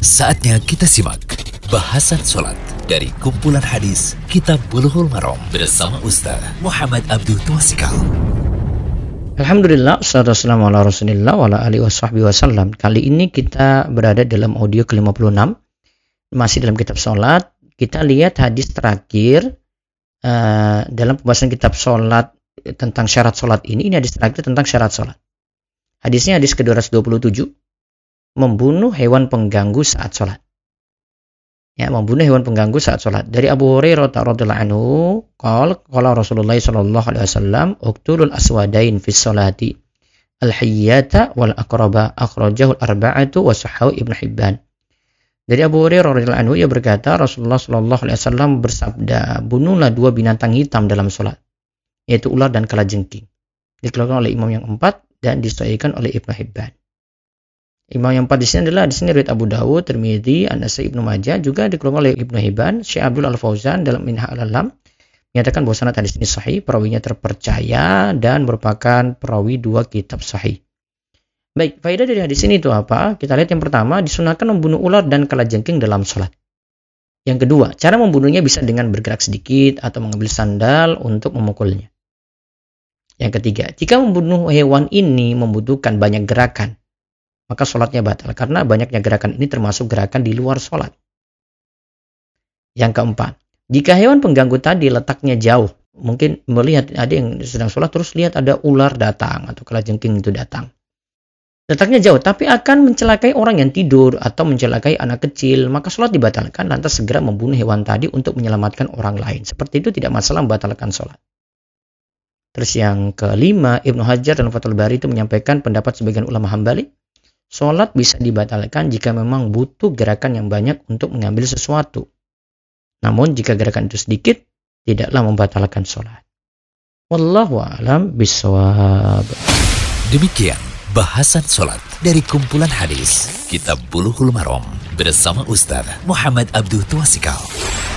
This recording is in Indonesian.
Saatnya kita simak bahasan sholat dari kumpulan hadis Kitab Bulughul Maram bersama Ustaz Muhammad Abdul Twasikal. Alhamdulillah, wassalamu ala rasulillah wa ala alihi wasallam. Kali ini kita berada dalam audio ke-56, masih dalam kitab sholat. Kita lihat hadis terakhir dalam pembahasan kitab sholat tentang syarat sholat ini hadis terakhir tentang syarat sholat. Hadisnya hadis ke-227, membunuh hewan pengganggu saat sholat. Ya, membunuh hewan pengganggu saat sholat. Dari Abu Hurairah radhiyallahu anhu, qala Rasulullah sallallahu alaihi wasallam, uqtulul aswadain fi sholati, al-hayyata wal aqraba, akhrajahu al-arba'atu wa sahahu Ibnu Hibban. Dari Abu Hurairah radhiyallahu anhu, ia berkata, Rasulullah sallallahu alaihi wasallam bersabda, bunuhlah dua binatang hitam dalam sholat, yaitu ular dan kalajengking. Dikeluarkan oleh imam yang 4 dan disahihkan oleh Ibnu Hibban. Imam yang 4 di sini adalah riwayat Abu Dawud, Tirmidzi, An-Nasai, Ibnu Majah, juga dikeluarkan oleh Ibnu Hibban. Syekh Abdul Al-Fauzan dalam Minhaj Al-Alam menyatakan bahwa sanad hadis ini sahih, perawinya terpercaya dan merupakan perawi 2 kitab sahih. Baik, faedah dari hadis ini itu apa? Kita lihat yang pertama, disunahkan membunuh ular dan kalajengking dalam sholat. Yang kedua, cara membunuhnya bisa dengan bergerak sedikit atau mengambil sandal untuk memukulnya. Yang ketiga, jika membunuh hewan ini membutuhkan banyak gerakan, maka sholatnya batal, karena banyaknya gerakan ini termasuk gerakan di luar sholat. Yang keempat, jika hewan pengganggu tadi letaknya jauh, mungkin melihat ada yang sedang sholat terus lihat ada ular datang atau kalajengking itu datang. Letaknya jauh tapi akan mencelakai orang yang tidur atau mencelakai anak kecil, maka sholat dibatalkan, lantas segera membunuh hewan tadi untuk menyelamatkan orang lain. Seperti itu tidak masalah membatalkan sholat. Terus yang kelima, Ibnu Hajar dalam Fathul Bari itu menyampaikan pendapat sebagian ulama Hambali, sholat bisa dibatalkan jika memang butuh gerakan yang banyak untuk mengambil sesuatu. Namun jika gerakan itu sedikit, tidaklah membatalkan sholat. Wallahu a'lam bishawab. Demikian bahasan sholat dari kumpulan hadis Kitab Bulughul Maram bersama Ustaz Muhammad Abdul Twasikal.